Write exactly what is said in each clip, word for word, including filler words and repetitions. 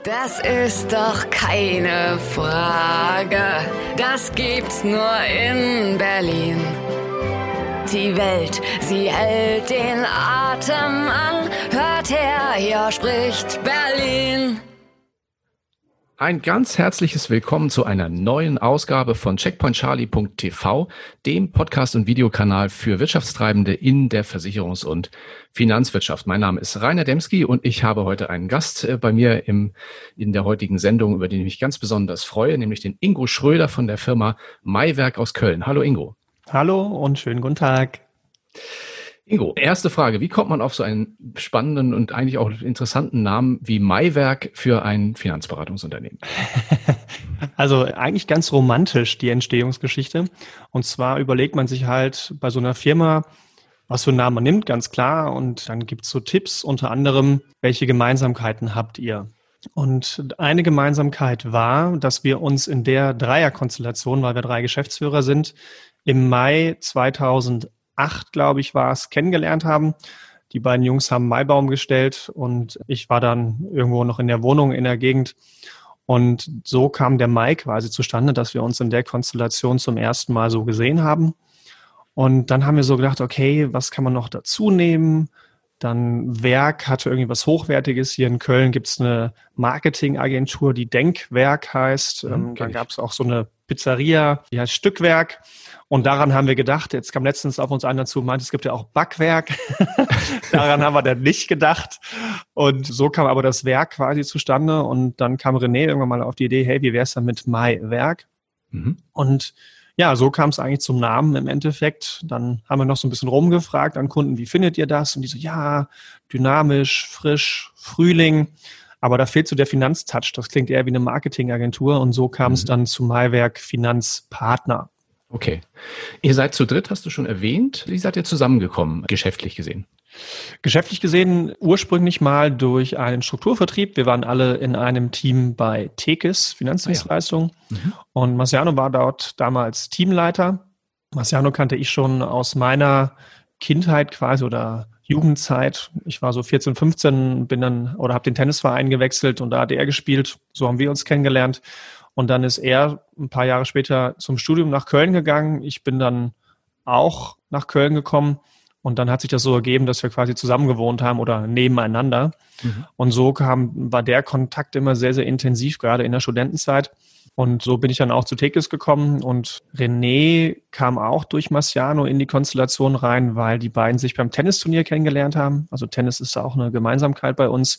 Das ist doch keine Frage. Das gibt's nur in Berlin. Die Welt, sie hält den Atem an. Hört her, hier spricht Berlin. Ein ganz herzliches Willkommen zu einer neuen Ausgabe von checkpoint charlie punkt t v, dem Podcast- und Videokanal für Wirtschaftstreibende in der Versicherungs- und Finanzwirtschaft. Mein Name ist Rainer Demski und ich habe heute einen Gast bei mir im, in der heutigen Sendung, über den ich mich ganz besonders freue, nämlich den Ingo Schröder von der Firma Maywerk aus Köln. Hallo Ingo. Hallo und schönen guten Tag. Ingo, erste Frage. Wie kommt man auf so einen spannenden und eigentlich auch interessanten Namen wie Maywerk für ein Finanzberatungsunternehmen? Also eigentlich ganz romantisch, die Entstehungsgeschichte. Und zwar überlegt man sich halt bei so einer Firma, was für einen Namen man nimmt, ganz klar. Und dann gibt es so Tipps, unter anderem, welche Gemeinsamkeiten habt ihr? Und eine Gemeinsamkeit war, dass wir uns in der Dreierkonstellation, weil wir drei Geschäftsführer sind, im Mai zweitausendacht, glaube ich, war es, kennengelernt haben. Die beiden Jungs haben Maibaum gestellt und ich war dann irgendwo noch in der Wohnung in der Gegend. Und so kam der Mai quasi zustande, dass wir uns in der Konstellation zum ersten Mal so gesehen haben. Und dann haben wir so gedacht, okay, was kann man noch dazu nehmen? Dann Werk hatte irgendwie was Hochwertiges. Hier in Köln gibt es eine Marketingagentur, die Denkwerk heißt. Mhm, ähm, dann gab es auch so eine Pizzeria, die heißt Stückwerk. Und daran haben wir gedacht, jetzt kam letztens auf uns einer zu und meinte, es gibt ja auch Backwerk. Daran haben wir dann nicht gedacht. Und so kam aber das Werk quasi zustande. Und dann kam René irgendwann mal auf die Idee, hey, wie wäre es dann mit Maywerk? Mhm. Und ja, so kam es eigentlich zum Namen im Endeffekt. Dann haben wir noch so ein bisschen rumgefragt an Kunden, wie findet ihr das? Und die so, ja, dynamisch, frisch, Frühling. Aber da fehlt so der Finanztouch. Das klingt eher wie eine Marketingagentur. Und so kam es mhm. dann zu Maywerk Finanzpartner. Okay. Ihr seid zu dritt, hast du schon erwähnt. Wie seid ihr zusammengekommen, geschäftlich gesehen? Geschäftlich gesehen ursprünglich mal durch einen Strukturvertrieb. Wir waren alle in einem Team bei Tekis Finanzdienstleistungen. Ah, ja. mhm. Und Marciano war dort damals Teamleiter. Marciano kannte ich schon aus meiner Kindheit quasi oder Jugendzeit. Ich war so vierzehn, fünfzehn, bin dann oder habe den Tennisverein gewechselt und da hat er gespielt. So haben wir uns kennengelernt. Und dann ist er ein paar Jahre später zum Studium nach Köln gegangen. Ich bin dann auch nach Köln gekommen. Und dann hat sich das so ergeben, dass wir quasi zusammen gewohnt haben oder nebeneinander. Mhm. Und so kam, war der Kontakt immer sehr, sehr intensiv, gerade in der Studentenzeit. Und so bin ich dann auch zu Tekis gekommen. Und René kam auch durch Marciano in die Konstellation rein, weil die beiden sich beim Tennisturnier kennengelernt haben. Also Tennis ist da auch eine Gemeinsamkeit bei uns.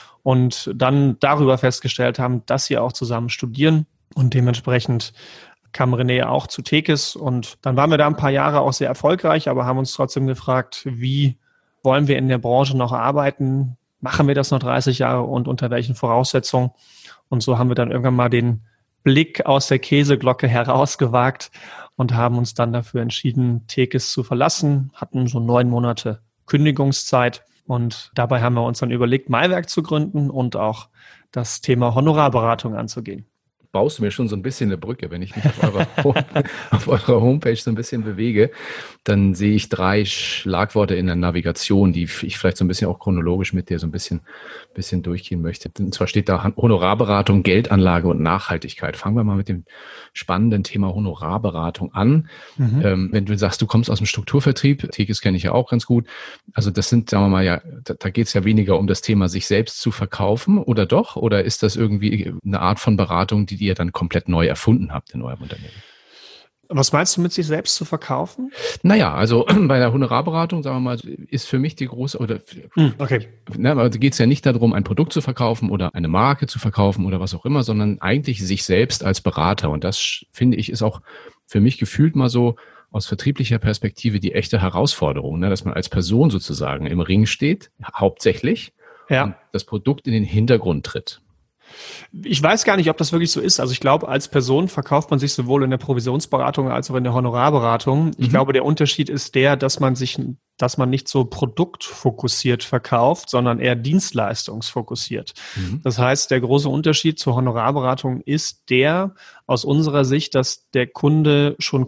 Und dann darüber festgestellt haben, dass sie auch zusammen studieren. Und dementsprechend kam René auch zu Tekis. Und dann waren wir da ein paar Jahre auch sehr erfolgreich, aber haben uns trotzdem gefragt, wie wollen wir in der Branche noch arbeiten? Machen wir das noch dreißig Jahre und unter welchen Voraussetzungen? Und so haben wir dann irgendwann mal den Blick aus der Käseglocke herausgewagt und haben uns dann dafür entschieden, Tekis zu verlassen, hatten so neun Monate Kündigungszeit. Und dabei haben wir uns dann überlegt, Maywerk zu gründen und auch das Thema Honorarberatung anzugehen. Baust du mir schon so ein bisschen eine Brücke. Wenn ich mich auf eurer, auf eurer Homepage so ein bisschen bewege, dann sehe ich drei Schlagworte in der Navigation, die ich vielleicht so ein bisschen auch chronologisch mit dir so ein bisschen, bisschen durchgehen möchte. Und zwar steht da Honorarberatung, Geldanlage und Nachhaltigkeit. Fangen wir mal mit dem spannenden Thema Honorarberatung an. Mhm. Ähm, wenn du sagst, du kommst aus dem Strukturvertrieb, Tekis kenne ich ja auch ganz gut. Also das sind, sagen wir mal, ja, da, da geht es ja weniger um das Thema, sich selbst zu verkaufen, oder doch? Oder ist das irgendwie eine Art von Beratung, die die ihr dann komplett neu erfunden habt in eurem Unternehmen? Was meinst du mit sich selbst zu verkaufen? Naja, also bei der Honorarberatung, sagen wir mal, ist für mich die große, oder okay. Ne, also geht es ja nicht darum, ein Produkt zu verkaufen oder eine Marke zu verkaufen oder was auch immer, sondern eigentlich sich selbst als Berater. Und das, finde ich, ist auch für mich gefühlt mal so aus vertrieblicher Perspektive die echte Herausforderung, ne, dass man als Person sozusagen im Ring steht, hauptsächlich, ja, und das Produkt in den Hintergrund tritt. Ich weiß gar nicht, ob das wirklich so ist. Also ich glaube, als Person verkauft man sich sowohl in der Provisionsberatung als auch in der Honorarberatung. Ich mhm. glaube, der Unterschied ist der, dass man sich, dass man nicht so produktfokussiert verkauft, sondern eher dienstleistungsfokussiert. Mhm. Das heißt, der große Unterschied zur Honorarberatung ist der aus unserer Sicht, dass der Kunde schon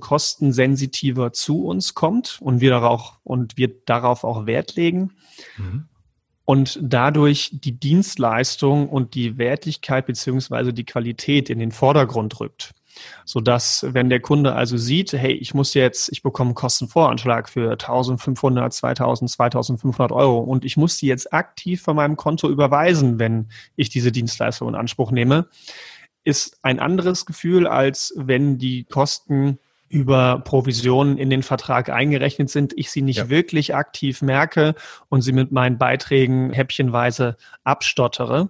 kostensensitiver zu uns kommt und wir darauf, und wir darauf auch Wert legen. Mhm. und dadurch die Dienstleistung und die Wertigkeit beziehungsweise die Qualität in den Vordergrund rückt. Sodass, wenn der Kunde also sieht, hey, ich muss jetzt, ich bekomme einen Kostenvoranschlag für eintausendfünfhundert, zweitausend, zweitausendfünfhundert Euro und ich muss die jetzt aktiv von meinem Konto überweisen, wenn ich diese Dienstleistung in Anspruch nehme, ist ein anderes Gefühl, als wenn die Kosten über Provisionen in den Vertrag eingerechnet sind, ich sie nicht ja. wirklich aktiv merke und sie mit meinen Beiträgen häppchenweise abstottere.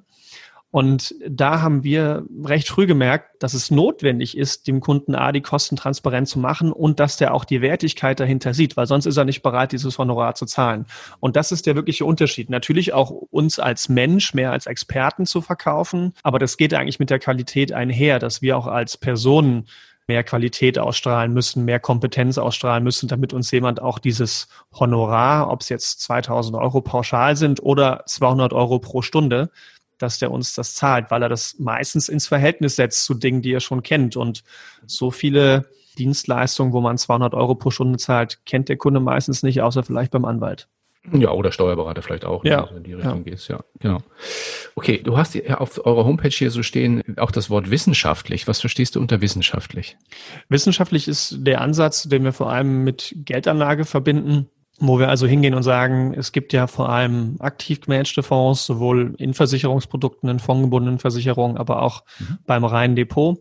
Und da haben wir recht früh gemerkt, dass es notwendig ist, dem Kunden A, die Kosten transparent zu machen und dass der auch die Wertigkeit dahinter sieht, weil sonst ist er nicht bereit, dieses Honorar zu zahlen. Und das ist der wirkliche Unterschied. Natürlich auch uns als Mensch mehr als Experten zu verkaufen, aber das geht eigentlich mit der Qualität einher, dass wir auch als Personen mehr Qualität ausstrahlen müssen, mehr Kompetenz ausstrahlen müssen, damit uns jemand auch dieses Honorar, ob es jetzt zweitausend Euro pauschal sind oder zweihundert Euro pro Stunde, dass der uns das zahlt, weil er das meistens ins Verhältnis setzt zu Dingen, die er schon kennt. Und so viele Dienstleistungen, wo man zweihundert Euro pro Stunde zahlt, kennt der Kunde meistens nicht, außer vielleicht beim Anwalt. Ja, oder Steuerberater vielleicht auch, ja. wenn du in die Richtung ja. gehst. Ja, genau. Okay, du hast ja auf eurer Homepage hier so stehen, auch das Wort wissenschaftlich. Was verstehst du unter wissenschaftlich? Wissenschaftlich ist der Ansatz, den wir vor allem mit Geldanlage verbinden, wo wir also hingehen und sagen, es gibt ja vor allem aktiv gemanagte Fonds, sowohl in Versicherungsprodukten, in fondgebundenen Versicherungen, aber auch mhm. beim reinen Depot.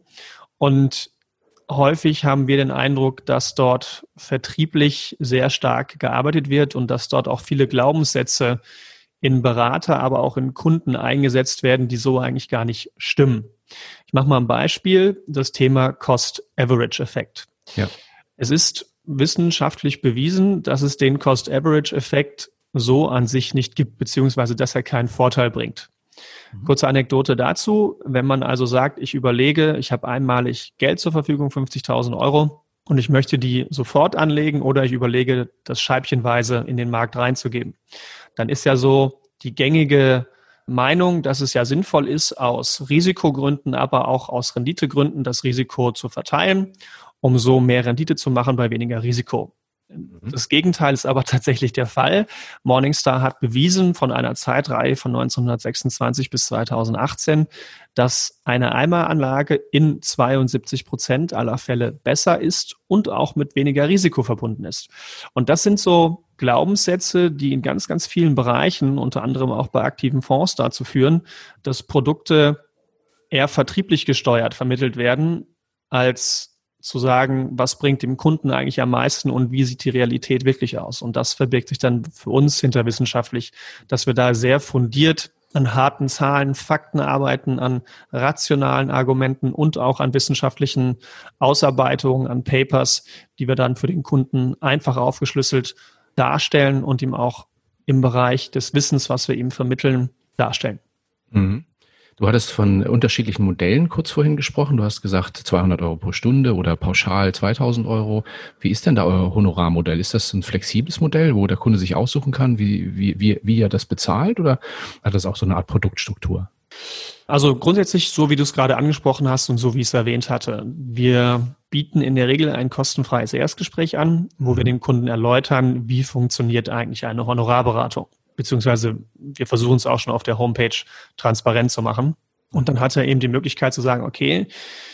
Und häufig haben wir den Eindruck, dass dort vertrieblich sehr stark gearbeitet wird und dass dort auch viele Glaubenssätze in Berater, aber auch in Kunden eingesetzt werden, die so eigentlich gar nicht stimmen. Ich mache mal ein Beispiel, das Thema Cost-Average-Effekt. Ja. Es ist wissenschaftlich bewiesen, dass es den Cost-Average-Effekt so an sich nicht gibt, beziehungsweise dass er keinen Vorteil bringt. Mhm. Kurze Anekdote dazu, wenn man also sagt, ich überlege, ich habe einmalig Geld zur Verfügung, fünfzigtausend Euro, und ich möchte die sofort anlegen oder ich überlege, das scheibchenweise in den Markt reinzugeben, dann ist ja so die gängige Meinung, dass es ja sinnvoll ist, aus Risikogründen, aber auch aus Renditegründen das Risiko zu verteilen, um so mehr Rendite zu machen bei weniger Risiko. Das Gegenteil ist aber tatsächlich der Fall. Morningstar hat bewiesen von einer Zeitreihe von neunzehnhundertsechsundzwanzig bis zweitausendachtzehn, dass eine Einmalanlage in zweiundsiebzig Prozent aller Fälle besser ist und auch mit weniger Risiko verbunden ist. Und das sind so Glaubenssätze, die in ganz, ganz vielen Bereichen, unter anderem auch bei aktiven Fonds, dazu führen, dass Produkte eher vertrieblich gesteuert vermittelt werden, als zu sagen, was bringt dem Kunden eigentlich am meisten und wie sieht die Realität wirklich aus. Und das verbirgt sich dann für uns hinter wissenschaftlich, dass wir da sehr fundiert an harten Zahlen, Fakten arbeiten, an rationalen Argumenten und auch an wissenschaftlichen Ausarbeitungen, an Papers, die wir dann für den Kunden einfach aufgeschlüsselt darstellen und ihm auch im Bereich des Wissens, was wir ihm vermitteln, darstellen. Mhm. Du hattest von unterschiedlichen Modellen kurz vorhin gesprochen. Du hast gesagt zweihundert Euro pro Stunde oder pauschal zweitausend Euro. Wie ist denn da euer Honorarmodell? Ist das ein flexibles Modell, wo der Kunde sich aussuchen kann, wie, wie, wie, wie er das bezahlt, oder hat das auch so eine Art Produktstruktur? Also grundsätzlich, so wie du es gerade angesprochen hast und so wie ich es erwähnt hatte, wir bieten in der Regel ein kostenfreies Erstgespräch an, wo wir dem Kunden erläutern, wie funktioniert eigentlich eine Honorarberatung. Beziehungsweise wir versuchen es auch schon auf der Homepage transparent zu machen. Und dann hat er eben die Möglichkeit zu sagen, okay,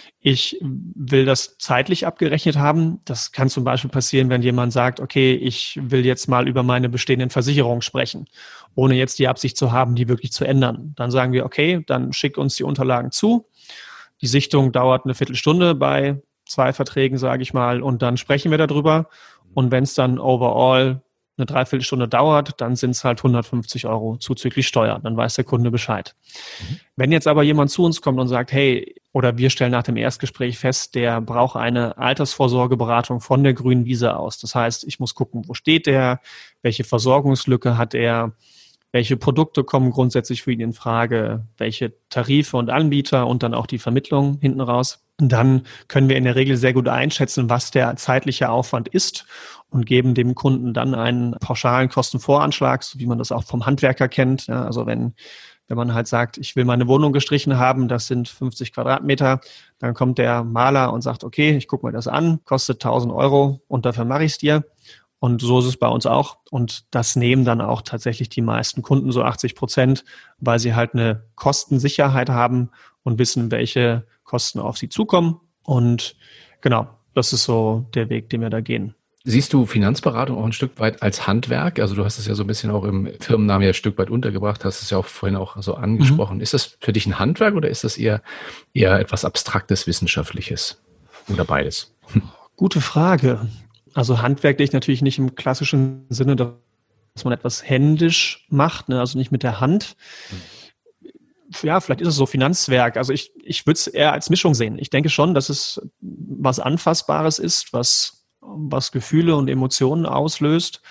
ich will das zeitlich abgerechnet haben. Das kann zum Beispiel passieren, wenn jemand sagt, okay, ich will jetzt mal über meine bestehenden Versicherungen sprechen, ohne jetzt die Absicht zu haben, die wirklich zu ändern. Dann sagen wir, okay, dann schick uns die Unterlagen zu. Die Sichtung dauert eine Viertelstunde bei zwei Verträgen, sage ich mal, und dann sprechen wir darüber. Und wenn es dann overall eine Dreiviertelstunde dauert, dann sind es halt hundertfünfzig Euro zuzüglich Steuer. Dann weiß der Kunde Bescheid. Mhm. Wenn jetzt aber jemand zu uns kommt und sagt, hey, oder wir stellen nach dem Erstgespräch fest, der braucht eine Altersvorsorgeberatung von der grünen Wiese aus. Das heißt, ich muss gucken, wo steht der, welche Versorgungslücke hat er, welche Produkte kommen grundsätzlich für ihn in Frage, welche Tarife und Anbieter und dann auch die Vermittlung hinten raus. Dann können wir in der Regel sehr gut einschätzen, was der zeitliche Aufwand ist und geben dem Kunden dann einen pauschalen Kostenvoranschlag, so wie man das auch vom Handwerker kennt. Ja, also wenn, wenn man halt sagt, ich will meine Wohnung gestrichen haben, das sind fünfzig Quadratmeter, dann kommt der Maler und sagt, okay, ich gucke mir das an, kostet tausend Euro und dafür mache ich es dir. Und so ist es bei uns auch. Und das nehmen dann auch tatsächlich die meisten Kunden, so achtzig Prozent, weil sie halt eine Kostensicherheit haben und wissen, welche Kosten auf sie zukommen. Und genau, das ist so der Weg, den wir da gehen. Siehst du Finanzberatung auch ein Stück weit als Handwerk? Also du hast es ja so ein bisschen auch im Firmennamen ja ein Stück weit untergebracht, hast es ja auch vorhin auch so angesprochen. Mhm. Ist das für dich ein Handwerk oder ist das eher, eher etwas Abstraktes, Wissenschaftliches oder beides? Hm. Gute Frage. Also handwerklich natürlich nicht im klassischen Sinne, dass man etwas händisch macht, ne? Also nicht mit der Hand. Mhm. Ja, vielleicht ist es so Finanzwerk. Also ich, ich würde es eher als Mischung sehen. Ich denke schon, dass es was Anfassbares ist, was was Gefühle und Emotionen auslöst.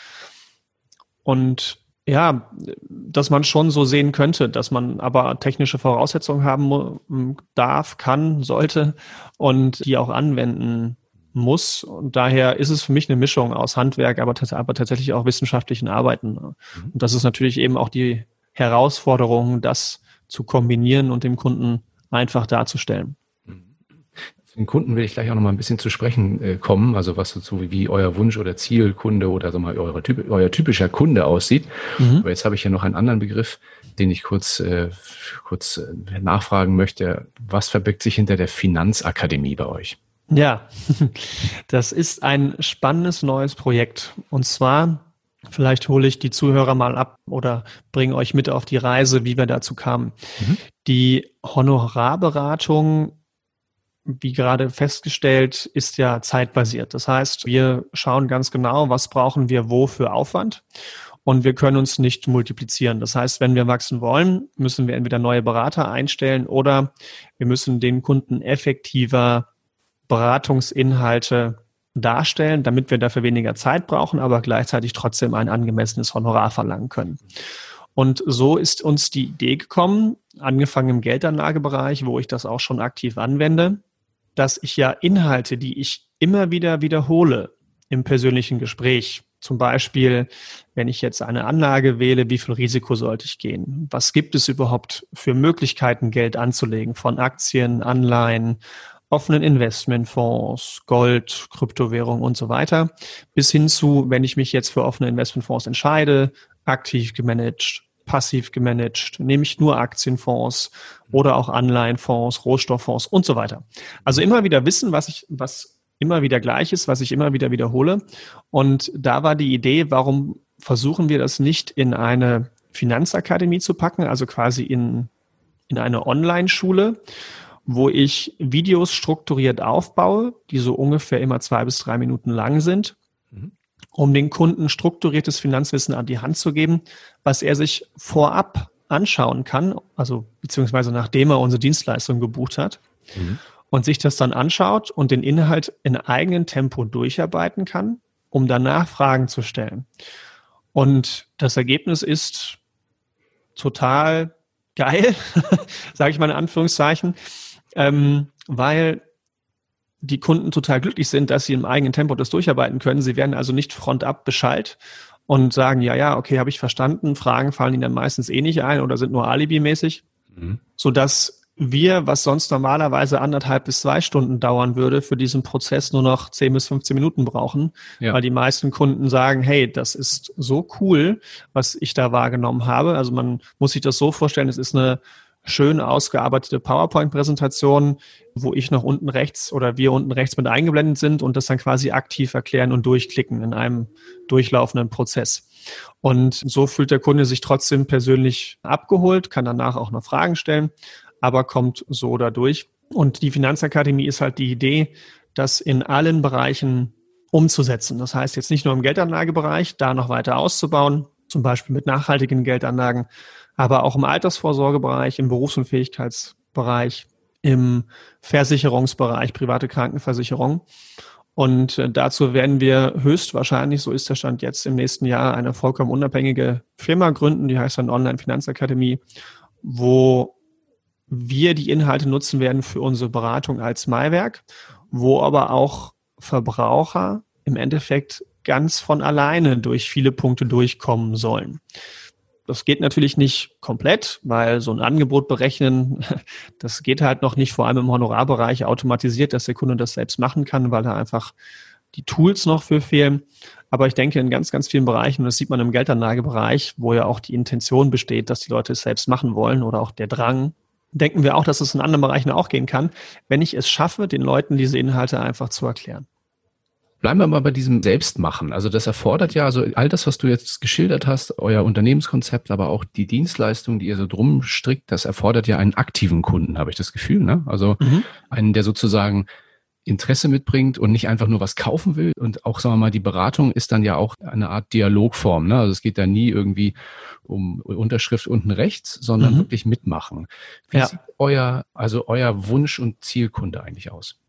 Und ja, dass man schon so sehen könnte, dass man aber technische Voraussetzungen haben darf, kann, sollte und die auch anwenden muss. Und daher ist es für mich eine Mischung aus Handwerk, aber, t- aber tatsächlich auch wissenschaftlichen Arbeiten. Und das ist natürlich eben auch die Herausforderung, das zu kombinieren und dem Kunden einfach darzustellen. Den Kunden will ich gleich auch noch mal ein bisschen zu sprechen äh, kommen, also was so wie, wie euer Wunsch oder Zielkunde oder so mal eure typ, euer typischer Kunde aussieht. Mhm. Aber jetzt habe ich ja noch einen anderen Begriff, den ich kurz, äh, kurz äh, nachfragen möchte. Was verbirgt sich hinter der Finanzakademie bei euch? Ja, das ist ein spannendes neues Projekt. Und zwar, vielleicht hole ich die Zuhörer mal ab oder bringe euch mit auf die Reise, wie wir dazu kamen. Mhm. Die Honorarberatung, wie gerade festgestellt, ist ja zeitbasiert. Das heißt, wir schauen ganz genau, was brauchen wir wo für Aufwand und wir können uns nicht multiplizieren. Das heißt, wenn wir wachsen wollen, müssen wir entweder neue Berater einstellen oder wir müssen den Kunden effektiver Beratungsinhalte darstellen, damit wir dafür weniger Zeit brauchen, aber gleichzeitig trotzdem ein angemessenes Honorar verlangen können. Und so ist uns die Idee gekommen, angefangen im Geldanlagebereich, wo ich das auch schon aktiv anwende, dass ich ja Inhalte, die ich immer wieder wiederhole im persönlichen Gespräch, zum Beispiel, wenn ich jetzt eine Anlage wähle, wie viel Risiko sollte ich gehen? Was gibt es überhaupt für Möglichkeiten, Geld anzulegen von Aktien, Anleihen, offenen Investmentfonds, Gold, Kryptowährung und so weiter, bis hin zu, wenn ich mich jetzt für offene Investmentfonds entscheide, aktiv gemanagt, passiv gemanagt, nehme ich nur Aktienfonds oder auch Anleihenfonds, Rohstofffonds und so weiter. Also immer wieder wissen, was ich, was immer wieder gleich ist, was ich immer wieder wiederhole. Und da war die Idee, warum versuchen wir das nicht in eine Finanzakademie zu packen, also quasi in, in eine Online-Schule, wo ich Videos strukturiert aufbaue, die so ungefähr immer zwei bis drei Minuten lang sind, mhm. um den Kunden strukturiertes Finanzwissen an die Hand zu geben, was er sich vorab anschauen kann, also beziehungsweise nachdem er unsere Dienstleistung gebucht hat, mhm. und sich das dann anschaut und den Inhalt in eigenem Tempo durcharbeiten kann, um danach Fragen zu stellen. Und das Ergebnis ist total geil, sage ich mal in Anführungszeichen, ähm, weil die Kunden total glücklich sind, dass sie im eigenen Tempo das durcharbeiten können. Sie werden also nicht frontab beschallt und sagen, ja, ja, okay, habe ich verstanden. Fragen fallen ihnen dann meistens eh nicht ein oder sind nur alibimäßig, mhm. sodass wir, was sonst normalerweise anderthalb bis zwei Stunden dauern würde, für diesen Prozess nur noch zehn bis fünfzehn Minuten brauchen, ja. weil die meisten Kunden sagen, hey, das ist so cool, was ich da wahrgenommen habe. Also man muss sich das so vorstellen, es ist eine schön ausgearbeitete PowerPoint-Präsentation, wo ich noch unten rechts oder wir unten rechts mit eingeblendet sind und das dann quasi aktiv erklären und durchklicken in einem durchlaufenden Prozess. Und so fühlt der Kunde sich trotzdem persönlich abgeholt, kann danach auch noch Fragen stellen, aber kommt so dadurch. Und die Finanzakademie ist halt die Idee, das in allen Bereichen umzusetzen. Das heißt jetzt nicht nur im Geldanlagebereich, da noch weiter auszubauen, zum Beispiel mit nachhaltigen Geldanlagen, aber auch im Altersvorsorgebereich, im Berufsunfähigkeitsbereich, im Versicherungsbereich, private Krankenversicherung. Und dazu werden wir höchstwahrscheinlich, so ist der Stand jetzt, im nächsten Jahr eine vollkommen unabhängige Firma gründen, die heißt dann Online-Finanzakademie, wo wir die Inhalte nutzen werden für unsere Beratung als Mahlwerk, wo aber auch Verbraucher im Endeffekt ganz von alleine durch viele Punkte durchkommen sollen. Das geht natürlich nicht komplett, weil so ein Angebot berechnen, das geht halt noch nicht, vor allem im Honorarbereich automatisiert, dass der Kunde das selbst machen kann, weil er einfach die Tools noch für fehlen. Aber ich denke, in ganz, ganz vielen Bereichen, und das sieht man im Geldanlagebereich, wo ja auch die Intention besteht, dass die Leute es selbst machen wollen oder auch der Drang, denken wir auch, dass es in anderen Bereichen auch gehen kann, wenn ich es schaffe, den Leuten diese Inhalte einfach zu erklären. Bleiben wir mal bei diesem Selbstmachen. Also das erfordert ja, also all das, was du jetzt geschildert hast, euer Unternehmenskonzept, aber auch die Dienstleistung, die ihr so drum strickt, das erfordert ja einen aktiven Kunden, habe ich das Gefühl, ne? Also mhm. einen, der sozusagen Interesse mitbringt und nicht einfach nur was kaufen will. Und auch, sagen wir mal, die Beratung ist dann ja auch eine Art Dialogform, ne? Also es geht da nie irgendwie um Unterschrift unten rechts, sondern mhm. wirklich mitmachen. Wie ja. sieht euer, also euer Wunsch- und Zielkunde eigentlich aus?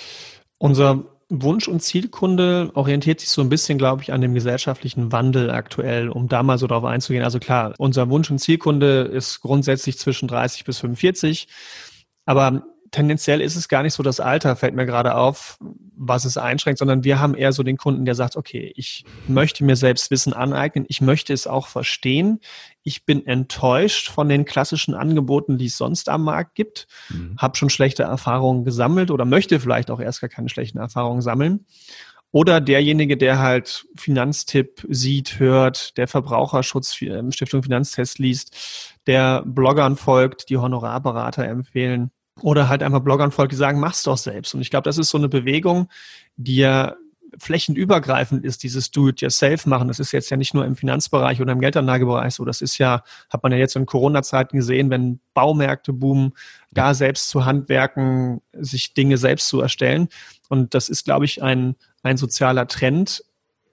Unser Wunsch- und Zielkunde orientiert sich so ein bisschen, glaube ich, an dem gesellschaftlichen Wandel aktuell, um da mal so drauf einzugehen. Also klar, unser Wunsch- und Zielkunde ist grundsätzlich zwischen dreißig bis fünfundvierzig, aber tendenziell ist es gar nicht so das Alter, fällt mir gerade auf, was es einschränkt, sondern wir haben eher so den Kunden, der sagt, okay, ich möchte mir selbst Wissen aneignen, ich möchte es auch verstehen, ich bin enttäuscht von den klassischen Angeboten, die es sonst am Markt gibt, mhm. habe schon schlechte Erfahrungen gesammelt oder möchte vielleicht auch erst gar keine schlechten Erfahrungen sammeln. Oder derjenige, der halt Finanztipp sieht, hört, der Verbraucherschutz Stiftung Finanztest liest, der Bloggern folgt, die Honorarberater empfehlen. Oder halt einfach Bloggern folgt, die sagen, mach's doch selbst. Und ich glaube, das ist so eine Bewegung, die ja flächenübergreifend ist, dieses Do-it-yourself machen. Das ist jetzt ja nicht nur im Finanzbereich oder im Geldanlagebereich so. Das ist ja, hat man ja jetzt in Corona-Zeiten gesehen, wenn Baumärkte boomen, da selbst zu handwerken, sich Dinge selbst zu erstellen. Und das ist, glaube ich, ein, ein sozialer Trend,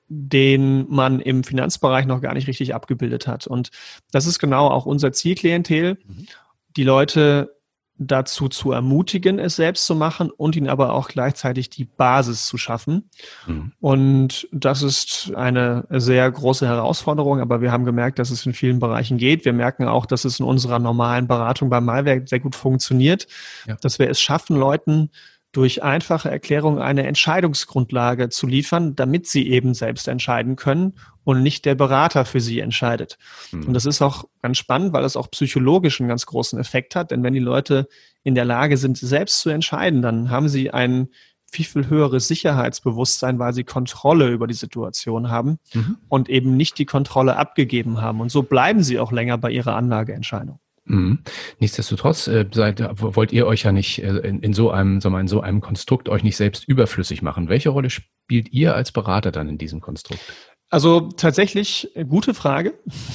den man im Finanzbereich noch gar nicht richtig abgebildet hat. Und das ist genau auch unser Zielklientel, mhm. die Leute dazu zu ermutigen, es selbst zu machen und ihnen aber auch gleichzeitig die Basis zu schaffen. Mhm. Und das ist eine sehr große Herausforderung, aber wir haben gemerkt, dass es in vielen Bereichen geht. Wir merken auch, dass es in unserer normalen Beratung beim Malwerk sehr gut funktioniert, ja. dass wir es schaffen, Leuten durch einfache Erklärung eine Entscheidungsgrundlage zu liefern, damit sie eben selbst entscheiden können und nicht der Berater für sie entscheidet. Mhm. Und das ist auch ganz spannend, weil es auch psychologisch einen ganz großen Effekt hat, denn wenn die Leute in der Lage sind, selbst zu entscheiden, dann haben sie ein viel, viel höheres Sicherheitsbewusstsein, weil sie Kontrolle über die Situation haben mhm. und eben nicht die Kontrolle abgegeben haben. Und so bleiben sie auch länger bei ihrer Anlageentscheidung. Mhm. Nichtsdestotrotz äh, seid, wollt ihr euch ja nicht äh, in, in so einem, sagen wir mal, in so einem Konstrukt euch nicht selbst überflüssig machen. Welche Rolle spielt ihr als Berater dann in diesem Konstrukt? Also tatsächlich, gute Frage.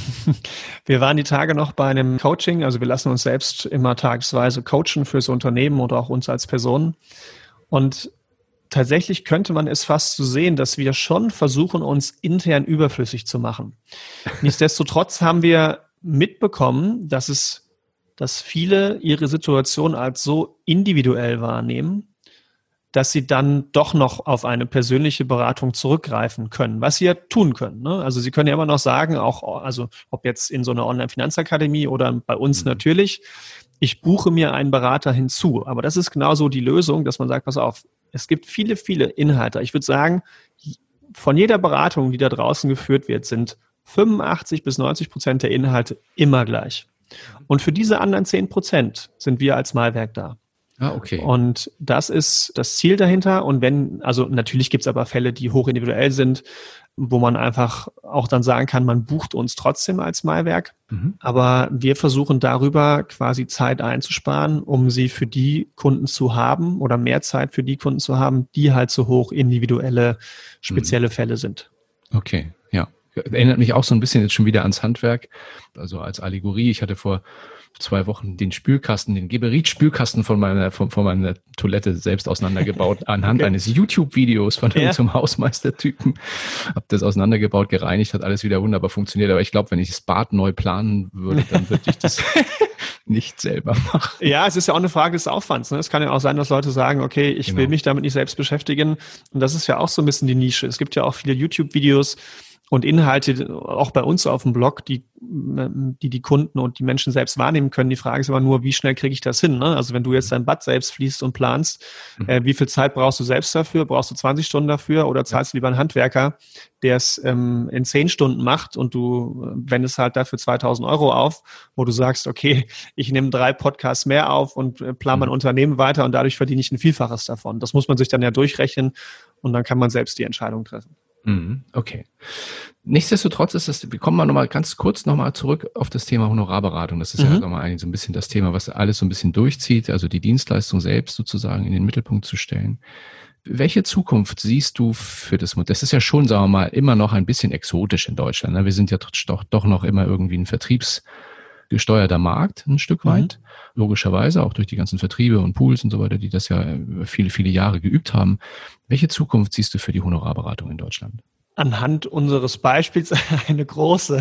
Wir waren die Tage noch bei einem Coaching, also wir lassen uns selbst immer tagsweise coachen fürs Unternehmen oder auch uns als Personen. Und tatsächlich könnte man es fast so sehen, dass wir schon versuchen, uns intern überflüssig zu machen. Nichtsdestotrotz haben wir mitbekommen, dass es dass viele ihre Situation als so individuell wahrnehmen, dass sie dann doch noch auf eine persönliche Beratung zurückgreifen können, was sie ja tun können. Ne? Also sie können ja immer noch sagen, auch also ob jetzt in so einer Online-Finanzakademie oder bei uns mhm. natürlich, ich buche mir einen Berater hinzu. Aber das ist genauso die Lösung, dass man sagt, pass auf, es gibt viele, viele Inhalte. Ich würde sagen, von jeder Beratung, die da draußen geführt wird, sind fünfundachtzig bis neunzig Prozent der Inhalte immer gleich. Und für diese anderen zehn Prozent sind wir als Malwerk da. Ah, okay. Und das ist das Ziel dahinter. Und wenn, also natürlich gibt es aber Fälle, die hochindividuell sind, wo man einfach auch dann sagen kann, man bucht uns trotzdem als Malwerk. Mhm. Aber wir versuchen darüber quasi Zeit einzusparen, um sie für die Kunden zu haben oder mehr Zeit für die Kunden zu haben, die halt so hoch individuelle, spezielle mhm. Fälle sind. Okay, ja. Erinnert mich auch so ein bisschen jetzt schon wieder ans Handwerk, also als Allegorie. Ich hatte vor zwei Wochen den Spülkasten, den Geberit-Spülkasten von meiner, von, von meiner Toilette selbst auseinandergebaut, anhand okay. eines YouTube-Videos von ja. irgendeinem Hausmeistertypen. Hab das auseinandergebaut, gereinigt, hat alles wieder wunderbar funktioniert. Aber ich glaube, wenn ich das Bad neu planen würde, dann würde ich das nicht selber machen. Ja, es ist ja auch eine Frage des Aufwands. Ne? Es kann ja auch sein, dass Leute sagen, okay, ich genau. will mich damit nicht selbst beschäftigen. Und das ist ja auch so ein bisschen die Nische. Es gibt ja auch viele YouTube-Videos, und Inhalte auch bei uns auf dem Blog, die, die die Kunden und die Menschen selbst wahrnehmen können. Die Frage ist aber nur, wie schnell kriege ich das hin? Ne? Also wenn du jetzt dein Bad selbst fließt und planst, mhm. äh, wie viel Zeit brauchst du selbst dafür? Brauchst du zwanzig Stunden dafür oder zahlst du lieber einen Handwerker, der es ähm, in zehn Stunden macht und du wendest halt dafür zweitausend Euro auf, wo du sagst, okay, ich nehme drei Podcasts mehr auf und äh, plane mein mhm. Unternehmen weiter und dadurch verdiene ich ein Vielfaches davon. Das muss man sich dann ja durchrechnen und dann kann man selbst die Entscheidung treffen. Okay. Nichtsdestotrotz ist das, wir kommen mal nochmal ganz kurz nochmal zurück auf das Thema Honorarberatung. Das ist mhm. ja nochmal eigentlich so ein bisschen das Thema, was alles so ein bisschen durchzieht, also die Dienstleistung selbst sozusagen in den Mittelpunkt zu stellen. Welche Zukunft siehst du für das Modell? Das ist ja schon, sagen wir mal, immer noch ein bisschen exotisch in Deutschland. Wir sind ja doch, doch noch immer irgendwie ein vertriebsgesteuerter Markt, ein Stück weit. Mhm. Logischerweise, auch durch die ganzen Vertriebe und Pools und so weiter, die das ja viele, viele Jahre geübt haben. Welche Zukunft siehst du für die Honorarberatung in Deutschland? Anhand unseres Beispiels eine große.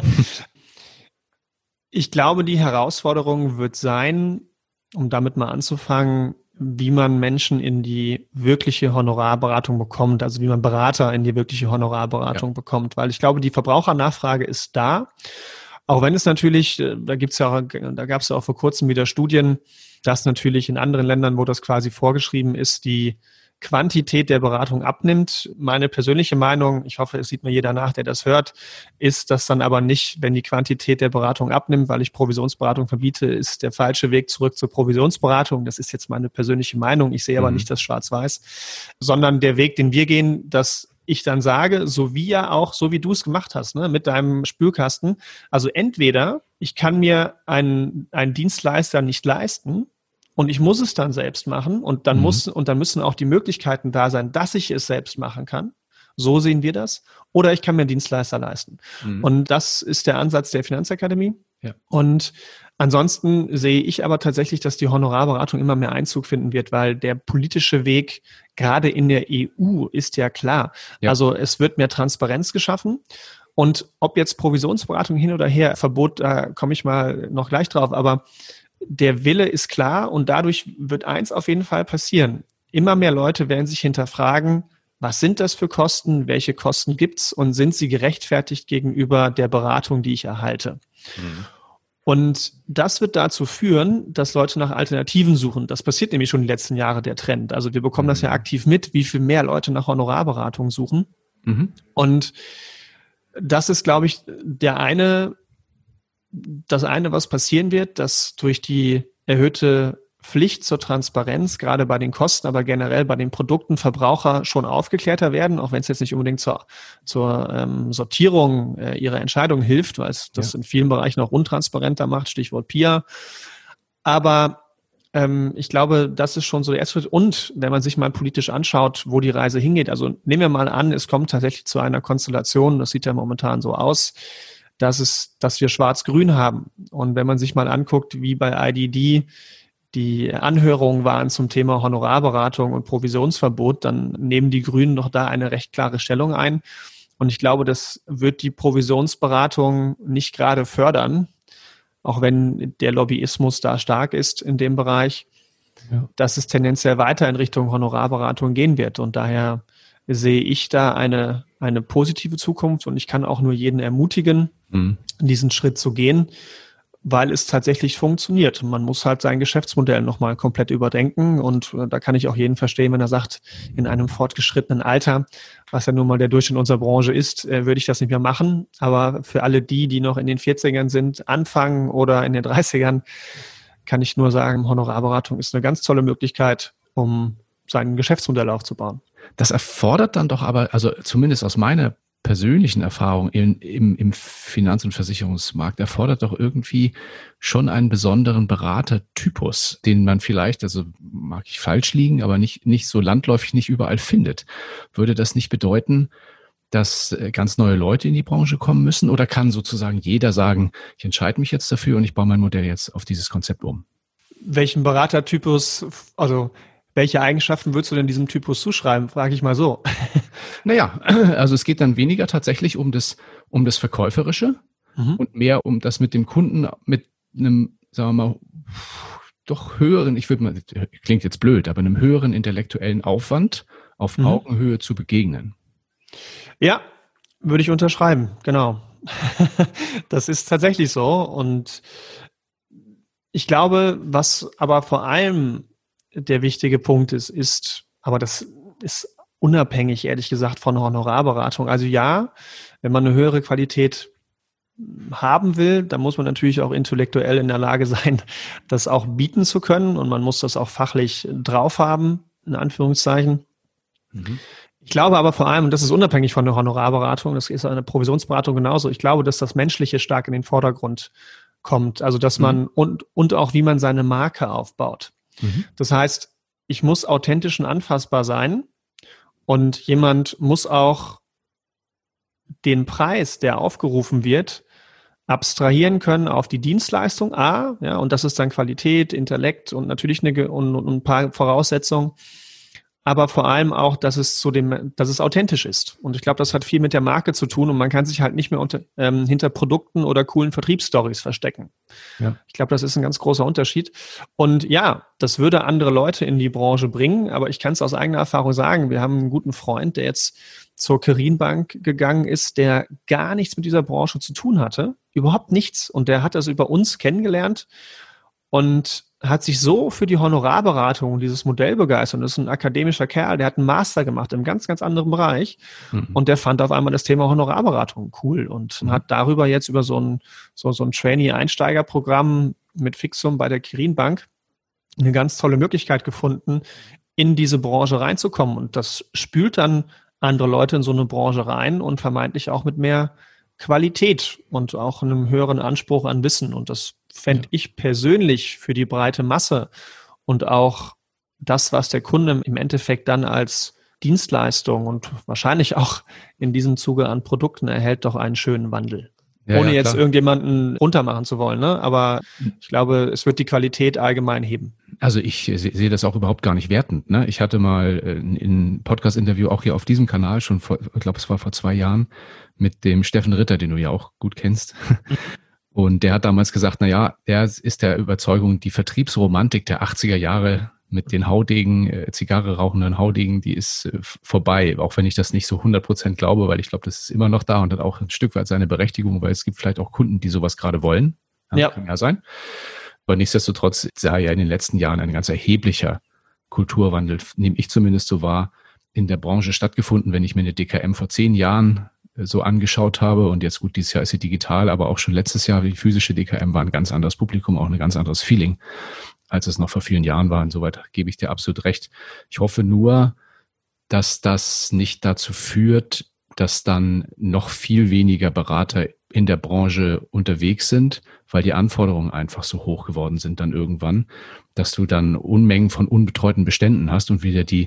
Ich glaube, die Herausforderung wird sein, um damit mal anzufangen, wie man Menschen in die wirkliche Honorarberatung bekommt, also wie man Berater in die wirkliche Honorarberatung ja. bekommt, weil ich glaube, die Verbrauchernachfrage ist da. Auch wenn es natürlich, da gibt's ja auch, da gab es ja auch vor kurzem wieder Studien, dass natürlich in anderen Ländern, wo das quasi vorgeschrieben ist, die Quantität der Beratung abnimmt. Meine persönliche Meinung, ich hoffe, es sieht mir jeder nach, der das hört, ist, dass dann aber nicht, wenn die Quantität der Beratung abnimmt, weil ich Provisionsberatung verbiete, ist der falsche Weg zurück zur Provisionsberatung. Das ist jetzt meine persönliche Meinung. Ich sehe aber mhm. nicht das Schwarz-Weiß, sondern der Weg, den wir gehen, dass ich dann sage, so wie ja auch, so wie du es gemacht hast, ne, mit deinem Spülkasten. Also entweder ich kann mir einen, einen Dienstleister nicht leisten, und ich muss es dann selbst machen und dann mhm. muss und dann müssen auch die Möglichkeiten da sein, dass ich es selbst machen kann. So sehen wir das. Oder ich kann mir einen Dienstleister leisten. Mhm. Und das ist der Ansatz der Finanzakademie. Ja. Und ansonsten sehe ich aber tatsächlich, dass die Honorarberatung immer mehr Einzug finden wird, weil der politische Weg gerade in der E U ist ja klar. Ja. Also es wird mehr Transparenz geschaffen. Und ob jetzt Provisionsberatung hin oder her, Verbot, da komme ich mal noch gleich drauf, aber der Wille ist klar und dadurch wird eins auf jeden Fall passieren. Immer mehr Leute werden sich hinterfragen, was sind das für Kosten, welche Kosten gibt's und sind sie gerechtfertigt gegenüber der Beratung, die ich erhalte. Mhm. Und das wird dazu führen, dass Leute nach Alternativen suchen. Das passiert nämlich schon die letzten Jahre, der Trend. Also wir bekommen mhm. das ja aktiv mit, wie viel mehr Leute nach Honorarberatung suchen. Mhm. Und das ist, glaube ich, der eine Das eine, was passieren wird, dass durch die erhöhte Pflicht zur Transparenz, gerade bei den Kosten, aber generell bei den Produkten Verbraucher schon aufgeklärter werden, auch wenn es jetzt nicht unbedingt zur, zur ähm, Sortierung äh, ihrer Entscheidung hilft, weil es das ja. in vielen Bereichen auch untransparenter macht, Stichwort P I A. Aber ähm, ich glaube, das ist schon so der erste Schritt. Und wenn man sich mal politisch anschaut, wo die Reise hingeht, also nehmen wir mal an, es kommt tatsächlich zu einer Konstellation, das sieht ja momentan so aus, dass es, dass wir Schwarz-Grün haben. Und wenn man sich mal anguckt, wie bei I D D die Anhörungen waren zum Thema Honorarberatung und Provisionsverbot, dann nehmen die Grünen doch da eine recht klare Stellung ein. Und ich glaube, das wird die Provisionsberatung nicht gerade fördern, auch wenn der Lobbyismus da stark ist in dem Bereich, ja. dass es tendenziell weiter in Richtung Honorarberatung gehen wird. Und daher sehe ich da eine, eine positive Zukunft und ich kann auch nur jeden ermutigen, mhm. diesen Schritt zu gehen, weil es tatsächlich funktioniert. Man muss halt sein Geschäftsmodell nochmal komplett überdenken und da kann ich auch jeden verstehen, wenn er sagt, in einem fortgeschrittenen Alter, was ja nun mal der Durchschnitt unserer Branche ist, würde ich das nicht mehr machen. Aber für alle die, die noch in den vierzigern sind, anfangen oder in den dreißigern, kann ich nur sagen, Honorarberatung ist eine ganz tolle Möglichkeit, um sein Geschäftsmodell aufzubauen. Das erfordert dann doch aber, also zumindest aus meiner persönlichen Erfahrung im, im, im Finanz- und Versicherungsmarkt, erfordert doch irgendwie schon einen besonderen Beratertypus, den man vielleicht, also mag ich falsch liegen, aber nicht, nicht so landläufig nicht überall findet. Würde das nicht bedeuten, dass ganz neue Leute in die Branche kommen müssen oder kann sozusagen jeder sagen, ich entscheide mich jetzt dafür und ich baue mein Modell jetzt auf dieses Konzept um? Welchen Beratertypus, also welche Eigenschaften würdest du denn diesem Typus zuschreiben? Frage ich mal so. Naja, also es geht dann weniger tatsächlich um das, um das Verkäuferische mhm. und mehr um das mit dem Kunden mit einem, sagen wir mal, doch höheren, ich würde mal, klingt jetzt blöd, aber einem höheren intellektuellen Aufwand auf mhm. Augenhöhe zu begegnen. Ja, Würde ich unterschreiben, genau. Das ist tatsächlich so. Und ich glaube, was aber vor allem der wichtige Punkt ist, ist, aber das ist unabhängig, ehrlich gesagt, von Honorarberatung. Also ja, wenn man eine höhere Qualität haben will, dann muss man natürlich auch intellektuell in der Lage sein, das auch bieten zu können, und man muss das auch fachlich drauf haben, in Anführungszeichen. Mhm. Ich glaube aber vor allem, und das ist unabhängig von der Honorarberatung, das ist eine Provisionsberatung genauso, ich glaube, dass das Menschliche stark in den Vordergrund kommt. Also dass man mhm. und, und auch wie man seine Marke aufbaut. Mhm. Das heißt, ich muss authentisch und anfassbar sein, und jemand muss auch den Preis, der aufgerufen wird, abstrahieren können auf die Dienstleistung, A, ja, und das ist dann Qualität, Intellekt und natürlich eine, und, und ein paar Voraussetzungen, aber vor allem auch, dass es zu dem, dass es authentisch ist. Und ich glaube, das hat viel mit der Marke zu tun, und man kann sich halt nicht mehr unter, ähm, hinter Produkten oder coolen Vertriebsstories verstecken. Ja. Ich glaube, das ist ein ganz großer Unterschied. Und ja, das würde andere Leute in die Branche bringen, aber ich kann es aus eigener Erfahrung sagen, wir haben einen guten Freund, der jetzt zur Quirin-Bank gegangen ist, der gar nichts mit dieser Branche zu tun hatte, überhaupt nichts. Und der hat das über uns kennengelernt und hat sich so für die Honorarberatung, dieses Modell begeistert. Das ist ein akademischer Kerl, der hat einen Master gemacht im ganz, ganz anderen Bereich. Mhm. Und der fand auf einmal das Thema Honorarberatung cool und mhm. hat darüber jetzt über so ein, so, so ein Trainee-Einsteigerprogramm mit Fixum bei der Quirin-Bank eine ganz tolle Möglichkeit gefunden, in diese Branche reinzukommen. Und das spült dann andere Leute in so eine Branche rein und vermeintlich auch mit mehr Qualität und auch einem höheren Anspruch an Wissen. Und das fände ja. ich persönlich für die breite Masse und auch das, was der Kunde im Endeffekt dann als Dienstleistung und wahrscheinlich auch in diesem Zuge an Produkten erhält, doch einen schönen Wandel. Ja, Ohne ja, jetzt irgendjemanden runtermachen zu wollen, ne? Aber ich glaube, es wird die Qualität allgemein heben. Also ich sehe das auch überhaupt gar nicht wertend. Ne? Ich hatte mal ein Podcast-Interview auch hier auf diesem Kanal, schon vor, ich glaube, es war vor zwei Jahren, mit dem Steffen Ritter, den du ja auch gut kennst. Und der hat damals gesagt, na ja, er ist der Überzeugung, die Vertriebsromantik der achtziger Jahre mit den Haudegen, äh, Zigarre rauchenden Haudegen, die ist äh, vorbei. Auch wenn ich das nicht so hundert Prozent glaube, weil ich glaube, das ist immer noch da und hat auch ein Stück weit seine Berechtigung, weil es gibt vielleicht auch Kunden, die sowas gerade wollen. Ja, ja. Kann ja sein. Aber nichtsdestotrotz sah ja in den letzten Jahren ein ganz erheblicher Kulturwandel, nehme ich zumindest so wahr, in der Branche stattgefunden. Wenn ich mir eine D K M vor zehn Jahren so angeschaut habe, und jetzt gut, dieses Jahr ist sie digital, aber auch schon letztes Jahr, die physische D K M war ein ganz anderes Publikum, auch ein ganz anderes Feeling, als es noch vor vielen Jahren war. Insoweit gebe ich dir absolut recht. Ich hoffe nur, dass das nicht dazu führt, dass dann noch viel weniger Berater in der Branche unterwegs sind, weil die Anforderungen einfach so hoch geworden sind dann irgendwann, dass du dann Unmengen von unbetreuten Beständen hast und wieder die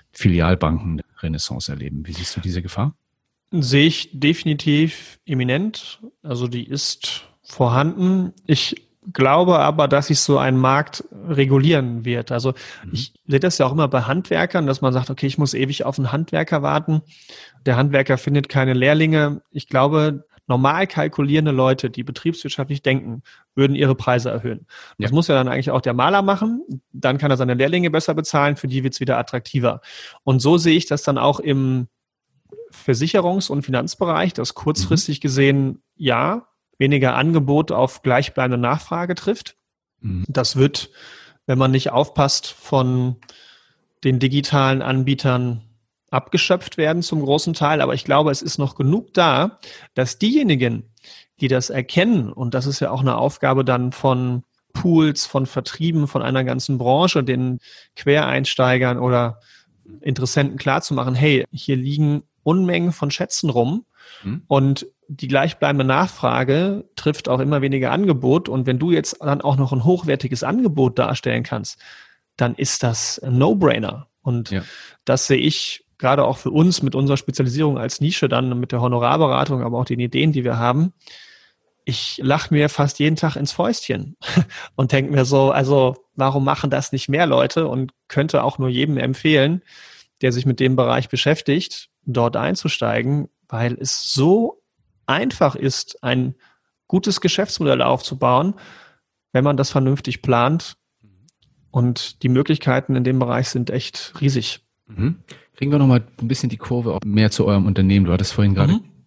Filialbanken-Renaissance erleben. Wie siehst du diese Gefahr? Sehe ich definitiv imminent. Also die ist vorhanden. Ich glaube aber, dass sich so ein Markt regulieren wird. Also mhm. ich sehe das ja auch immer bei Handwerkern, dass man sagt, okay, ich muss ewig auf einen Handwerker warten. Der Handwerker findet keine Lehrlinge. Ich glaube, normal kalkulierende Leute, die betriebswirtschaftlich denken, würden ihre Preise erhöhen. Das ja. muss ja dann eigentlich auch der Maler machen. Dann kann er seine Lehrlinge besser bezahlen. Für die wird es wieder attraktiver. Und so sehe ich das dann auch im Versicherungs- und Finanzbereich, dass kurzfristig gesehen, ja, weniger Angebot auf gleichbleibende Nachfrage trifft. Mhm. Das wird, wenn man nicht aufpasst, von den digitalen Anbietern abgeschöpft werden zum großen Teil. Aber ich glaube, es ist noch genug da, dass diejenigen, die das erkennen, und das ist ja auch eine Aufgabe dann von Pools, von Vertrieben, von einer ganzen Branche, den Quereinsteigern oder Interessenten klarzumachen, hey, hier liegen Unmengen von Schätzen rum mhm. und die gleichbleibende Nachfrage trifft auch immer weniger Angebot. Und wenn du jetzt dann auch noch ein hochwertiges Angebot darstellen kannst, dann ist das ein No-Brainer. Und ja. das sehe ich gerade auch für uns mit unserer Spezialisierung als Nische dann mit der Honorarberatung, aber auch den Ideen, die wir haben. Ich lache mir fast jeden Tag ins Fäustchen und denke mir so, also warum machen das nicht mehr Leute, und könnte auch nur jedem empfehlen, der sich mit dem Bereich beschäftigt, dort einzusteigen, weil es so einfach ist, ein gutes Geschäftsmodell aufzubauen, wenn man das vernünftig plant. Und die Möglichkeiten in dem Bereich sind echt riesig. Mhm. Kriegen wir nochmal ein bisschen die Kurve auch mehr zu eurem Unternehmen. Du hattest vorhin gerade mhm.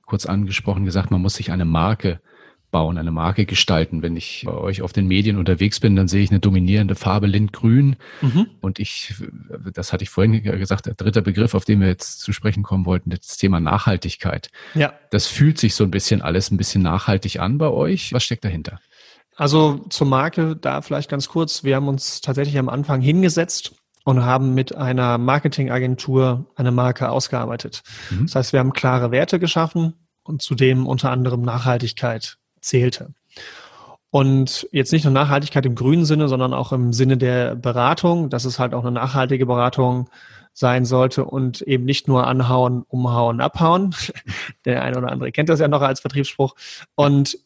kurz angesprochen, gesagt, man muss sich eine Marke bauen, eine Marke gestalten. Wenn ich bei euch auf den Medien unterwegs bin, dann sehe ich eine dominierende Farbe Lindgrün. Mhm. Und ich, das hatte ich vorhin gesagt, der dritte Begriff, auf den wir jetzt zu sprechen kommen wollten, das Thema Nachhaltigkeit. Ja. Das fühlt sich so ein bisschen alles ein bisschen nachhaltig an bei euch. Was steckt dahinter? Also zur Marke, da vielleicht ganz kurz. Wir haben uns tatsächlich am Anfang hingesetzt und haben mit einer Marketingagentur eine Marke ausgearbeitet. Mhm. Das heißt, wir haben klare Werte geschaffen und zudem unter anderem Nachhaltigkeit zählte. Und jetzt nicht nur Nachhaltigkeit im grünen Sinne, sondern auch im Sinne der Beratung, dass es halt auch eine nachhaltige Beratung sein sollte und eben nicht nur anhauen, umhauen, abhauen. Der eine oder andere kennt das ja noch als Vertriebsspruch. Und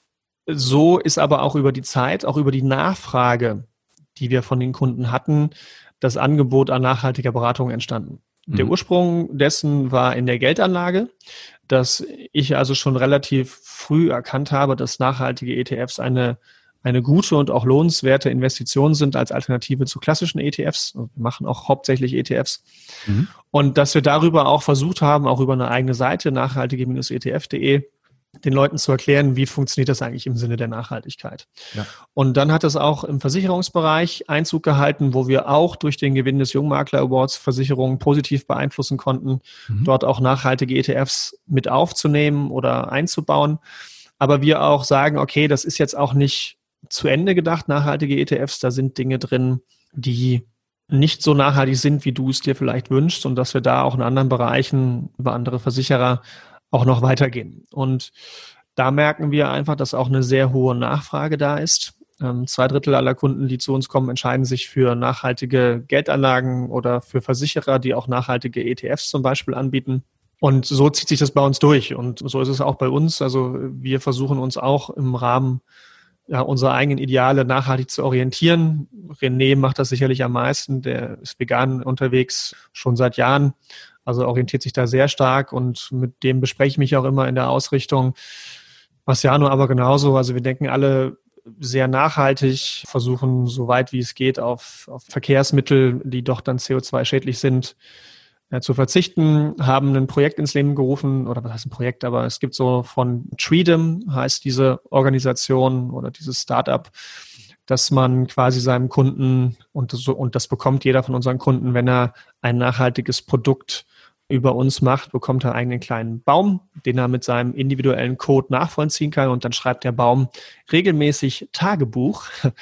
so ist aber auch über die Zeit, auch über die Nachfrage, die wir von den Kunden hatten, das Angebot an nachhaltiger Beratung entstanden. Mhm. Der Ursprung dessen war in der Geldanlage, dass ich also schon relativ früh erkannt habe, dass nachhaltige E T Fs eine, eine gute und auch lohnenswerte Investition sind als Alternative zu klassischen E T Fs. Wir machen auch hauptsächlich E T Fs. Mhm. Und dass wir darüber auch versucht haben, auch über eine eigene Seite, nachhaltige E T F punkt de, den Leuten zu erklären, wie funktioniert das eigentlich im Sinne der Nachhaltigkeit. Ja. Und dann hat es auch im Versicherungsbereich Einzug gehalten, wo wir auch durch den Gewinn des Jungmakler Awards Versicherungen positiv beeinflussen konnten, mhm. dort auch nachhaltige E T Fs mit aufzunehmen oder einzubauen. Aber wir auch sagen, okay, das ist jetzt auch nicht zu Ende gedacht, nachhaltige E T Fs, da sind Dinge drin, die nicht so nachhaltig sind, wie du es dir vielleicht wünschst, und dass wir da auch in anderen Bereichen über andere Versicherer auch noch weitergehen. Und da merken wir einfach, dass auch eine sehr hohe Nachfrage da ist. Ähm, zwei Drittel aller Kunden, die zu uns kommen, entscheiden sich für nachhaltige Geldanlagen oder für Versicherer, die auch nachhaltige E T Fs zum Beispiel anbieten. Und so zieht sich das bei uns durch. Und so ist es auch bei uns. Also wir versuchen uns auch im Rahmen ja, unserer eigenen Ideale nachhaltig zu orientieren. René macht das sicherlich am meisten. Der ist vegan unterwegs schon seit Jahren. Also orientiert sich da sehr stark, und mit dem bespreche ich mich auch immer in der Ausrichtung. Marciano aber genauso. Also wir denken alle sehr nachhaltig, versuchen so weit wie es geht auf, auf Verkehrsmittel, die doch dann C O zwei schädlich sind, ja, zu verzichten, haben ein Projekt ins Leben gerufen, oder was heißt ein Projekt, aber es gibt so von Treedom, heißt diese Organisation oder dieses Startup, dass man quasi seinem Kunden, und das, und das bekommt jeder von unseren Kunden, wenn er ein nachhaltiges Produkt über uns macht, bekommt er einen kleinen Baum, den er mit seinem individuellen Code nachvollziehen kann, und dann schreibt der Baum regelmäßig Tagebuch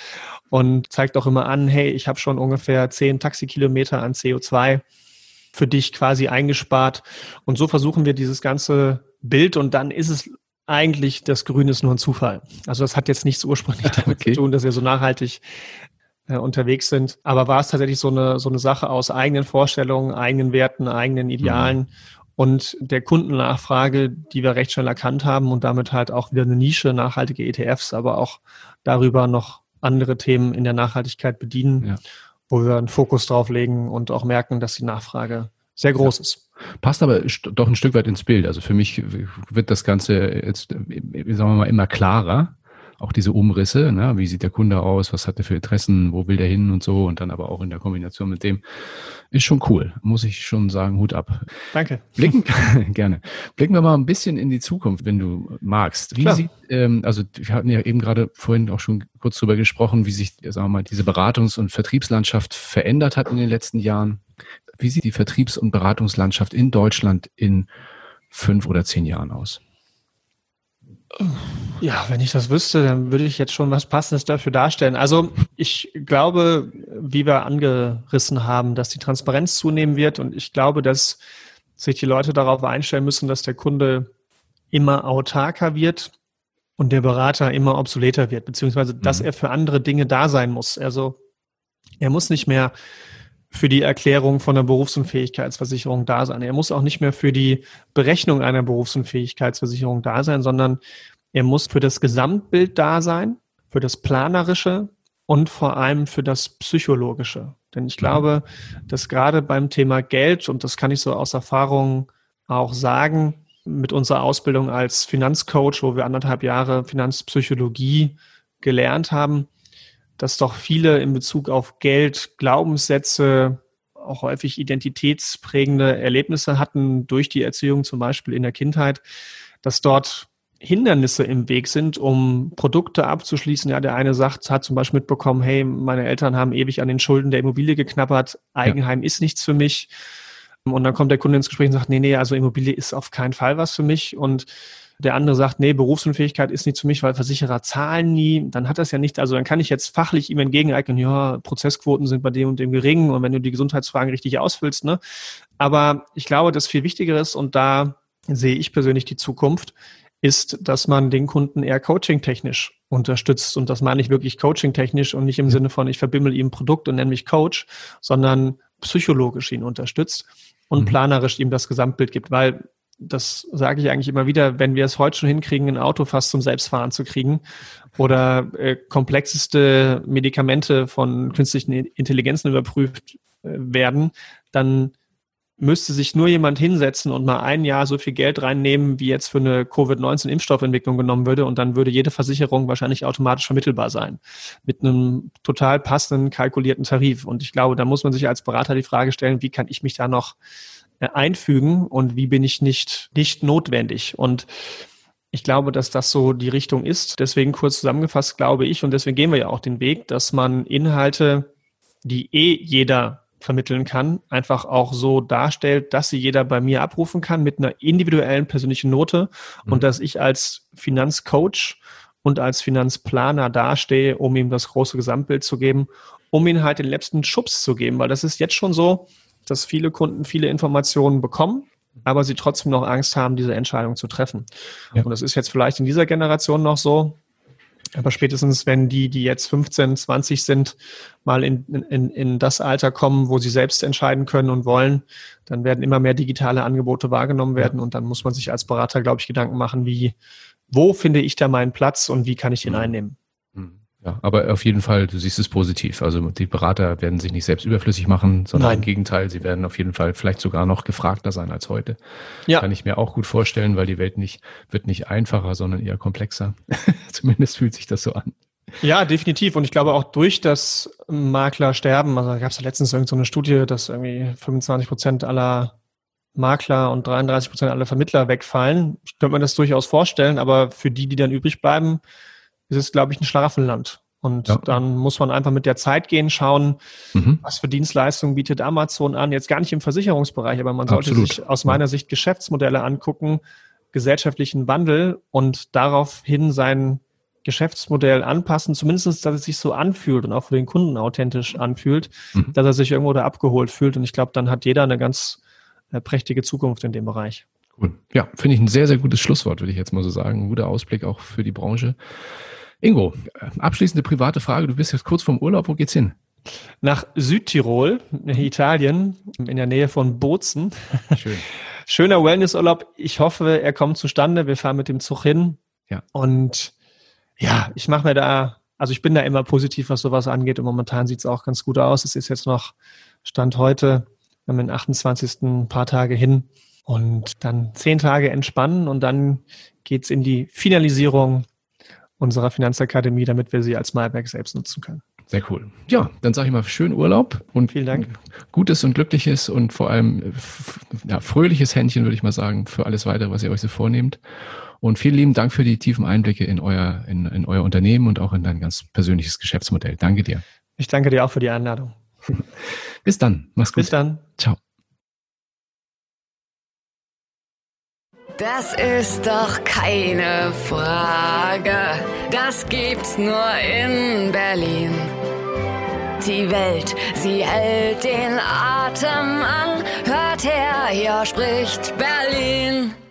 und zeigt auch immer an, hey, ich habe schon ungefähr zehn Taxikilometer an C O zwei für dich quasi eingespart. Und so versuchen wir dieses ganze Bild, und dann ist es eigentlich, das Grün ist nur ein Zufall. Also das hat jetzt nichts ursprünglich damit okay. zu tun, dass wir so nachhaltig äh, unterwegs sind. Aber war es tatsächlich so eine, so eine Sache aus eigenen Vorstellungen, eigenen Werten, eigenen Idealen mhm. und der Kundennachfrage, die wir recht schnell erkannt haben, und damit halt auch wieder eine Nische, nachhaltige E T Fs, aber auch darüber noch andere Themen in der Nachhaltigkeit bedienen, ja. wo wir einen Fokus drauf legen und auch merken, dass die Nachfrage sehr groß ja. ist. Passt aber doch ein Stück weit ins Bild. Also für mich wird das Ganze jetzt, sagen wir mal, immer klarer. Auch diese Umrisse, ne? Wie sieht der Kunde aus, was hat er für Interessen, wo will der hin und so, und dann aber auch in der Kombination mit dem, ist schon cool, muss ich schon sagen, Hut ab. Danke. Blicken, gerne. Blicken wir mal ein bisschen in die Zukunft, wenn du magst. Wie Klar. sieht, ähm, also wir hatten ja eben gerade vorhin auch schon kurz drüber gesprochen, wie sich, sagen wir mal, diese Beratungs- und Vertriebslandschaft verändert hat in den letzten Jahren. Wie sieht die Vertriebs- und Beratungslandschaft in Deutschland in fünf oder zehn Jahren aus? Ja, wenn ich das wüsste, dann würde ich jetzt schon was Passendes dafür darstellen. Also ich glaube, wie wir angerissen haben, dass die Transparenz zunehmen wird, und ich glaube, dass sich die Leute darauf einstellen müssen, dass der Kunde immer autarker wird und der Berater immer obsoleter wird, beziehungsweise dass mhm. er für andere Dinge da sein muss. Also er muss nicht mehr für die Erklärung von der Berufsunfähigkeitsversicherung da sein. Er muss auch nicht mehr für die Berechnung einer Berufsunfähigkeitsversicherung da sein, sondern er muss für das Gesamtbild da sein, für das Planerische und vor allem für das Psychologische. Denn ich glaube, dass gerade beim Thema Geld, und das kann ich so aus Erfahrung auch sagen, mit unserer Ausbildung als Finanzcoach, wo wir anderthalb Jahre Finanzpsychologie gelernt haben, dass doch viele in Bezug auf Geld Glaubenssätze, auch häufig identitätsprägende Erlebnisse hatten durch die Erziehung, zum Beispiel in der Kindheit, dass dort Hindernisse im Weg sind, um Produkte abzuschließen. Ja, der eine sagt, hat zum Beispiel mitbekommen, hey, meine Eltern haben ewig an den Schulden der Immobilie geknabbert, Eigenheim ja. ist nichts für mich. Und dann kommt der Kunde ins Gespräch und sagt, nee, nee, also Immobilie ist auf keinen Fall was für mich. Und der andere sagt, nee, Berufsunfähigkeit ist nichts für mich, weil Versicherer zahlen nie. Dann hat das ja nicht, also dann kann ich jetzt fachlich ihm entgegeneignen, ja, Prozessquoten sind bei dem und dem gering und wenn du die Gesundheitsfragen richtig ausfüllst, ne. Aber ich glaube, das viel Wichtigere ist, und da sehe ich persönlich die Zukunft, ist, dass man den Kunden eher coaching-technisch unterstützt. Und das meine ich wirklich coaching-technisch und nicht im Sinne von, ich verbimmel ihm ein Produkt und nenne mich Coach, sondern psychologisch ihn unterstützt und mhm. planerisch ihm das Gesamtbild gibt. Weil, das sage ich eigentlich immer wieder, wenn wir es heute schon hinkriegen, ein Auto fast zum Selbstfahren zu kriegen oder äh, komplexeste Medikamente von künstlichen Intelligenzen überprüft äh, werden, dann müsste sich nur jemand hinsetzen und mal ein Jahr so viel Geld reinnehmen, wie jetzt für eine Covid neunzehn Impfstoffentwicklung genommen würde, und dann würde jede Versicherung wahrscheinlich automatisch vermittelbar sein. Mit einem total passenden, kalkulierten Tarif. Und ich glaube, da muss man sich als Berater die Frage stellen, wie kann ich mich da noch einfügen und wie bin ich nicht, nicht notwendig? Und ich glaube, dass das so die Richtung ist. Deswegen kurz zusammengefasst glaube ich, und deswegen gehen wir ja auch den Weg, dass man Inhalte, die eh jeder vermitteln kann, einfach auch so darstellt, dass sie jeder bei mir abrufen kann mit einer individuellen persönlichen Note mhm. und dass ich als Finanzcoach und als Finanzplaner dastehe, um ihm das große Gesamtbild zu geben, um ihm halt den letzten Schubs zu geben, weil das ist jetzt schon so, dass viele Kunden viele Informationen bekommen, aber sie trotzdem noch Angst haben, diese Entscheidung zu treffen. Ja. Und das ist jetzt vielleicht in dieser Generation noch so, aber spätestens, wenn die, die jetzt fünfzehn, zwanzig sind, mal in, in, in das Alter kommen, wo sie selbst entscheiden können und wollen, dann werden immer mehr digitale Angebote wahrgenommen werden. Ja. Und dann muss man sich als Berater, glaube ich, Gedanken machen, wie, wo finde ich da meinen Platz und wie kann ich den mhm. einnehmen? Ja, aber auf jeden Fall, du siehst es positiv. Also die Berater werden sich nicht selbst überflüssig machen, sondern Nein. im Gegenteil, sie werden auf jeden Fall vielleicht sogar noch gefragter sein als heute. Ja. Kann ich mir auch gut vorstellen, weil die Welt nicht wird nicht einfacher, sondern eher komplexer. Zumindest fühlt sich das so an. Ja, definitiv. Und ich glaube auch durch das Maklersterben, also da gab es ja letztens irgend so eine Studie, dass irgendwie fünfundzwanzig Prozent aller Makler und dreiunddreißig Prozent aller Vermittler wegfallen. Ich könnte mir das durchaus vorstellen, aber für die, die dann übrig bleiben, ist es, glaube ich, ein Schlaraffenland. Und ja. dann muss man einfach mit der Zeit gehen, schauen, mhm. was für Dienstleistungen bietet Amazon an. Jetzt gar nicht im Versicherungsbereich, aber man sollte Absolut. sich aus meiner ja. Sicht Geschäftsmodelle angucken, gesellschaftlichen Wandel und daraufhin sein Geschäftsmodell anpassen, zumindest, dass es sich so anfühlt und auch für den Kunden authentisch anfühlt, mhm. dass er sich irgendwo da abgeholt fühlt. Und ich glaube, dann hat jeder eine ganz äh, prächtige Zukunft in dem Bereich. Cool. Ja, finde ich ein sehr, sehr gutes Schlusswort, würde ich jetzt mal so sagen. Ein guter Ausblick auch für die Branche. Ingo, abschließende private Frage. Du bist jetzt kurz vorm Urlaub. Wo geht's hin? Nach Südtirol, Italien, in der Nähe von Bozen. Schön. Schöner Wellnessurlaub. Ich hoffe, er kommt zustande. Wir fahren mit dem Zug hin. Ja. Und ja, ich mache mir da, also ich bin da immer positiv, was sowas angeht. Und momentan sieht es auch ganz gut aus. Es ist jetzt noch Stand heute, wir haben den achtundzwanzigsten ein paar Tage hin. Und dann zehn Tage entspannen und dann geht's in die Finalisierung unserer Finanzakademie, damit wir sie als Malwerk selbst nutzen können. Sehr cool. Ja, dann sage ich mal schönen Urlaub und vielen Dank. Gutes und glückliches und vor allem ja, fröhliches Händchen, würde ich mal sagen, für alles Weitere, was ihr euch so vornehmt. Und vielen lieben Dank für die tiefen Einblicke in euer, in, in euer Unternehmen und auch in dein ganz persönliches Geschäftsmodell. Danke dir. Ich danke dir auch für die Einladung. Bis dann. Mach's gut. Bis dann. Ciao. Das ist doch keine Frage, das gibt's nur in Berlin. Die Welt, sie hält den Atem an, hört her, hier spricht Berlin.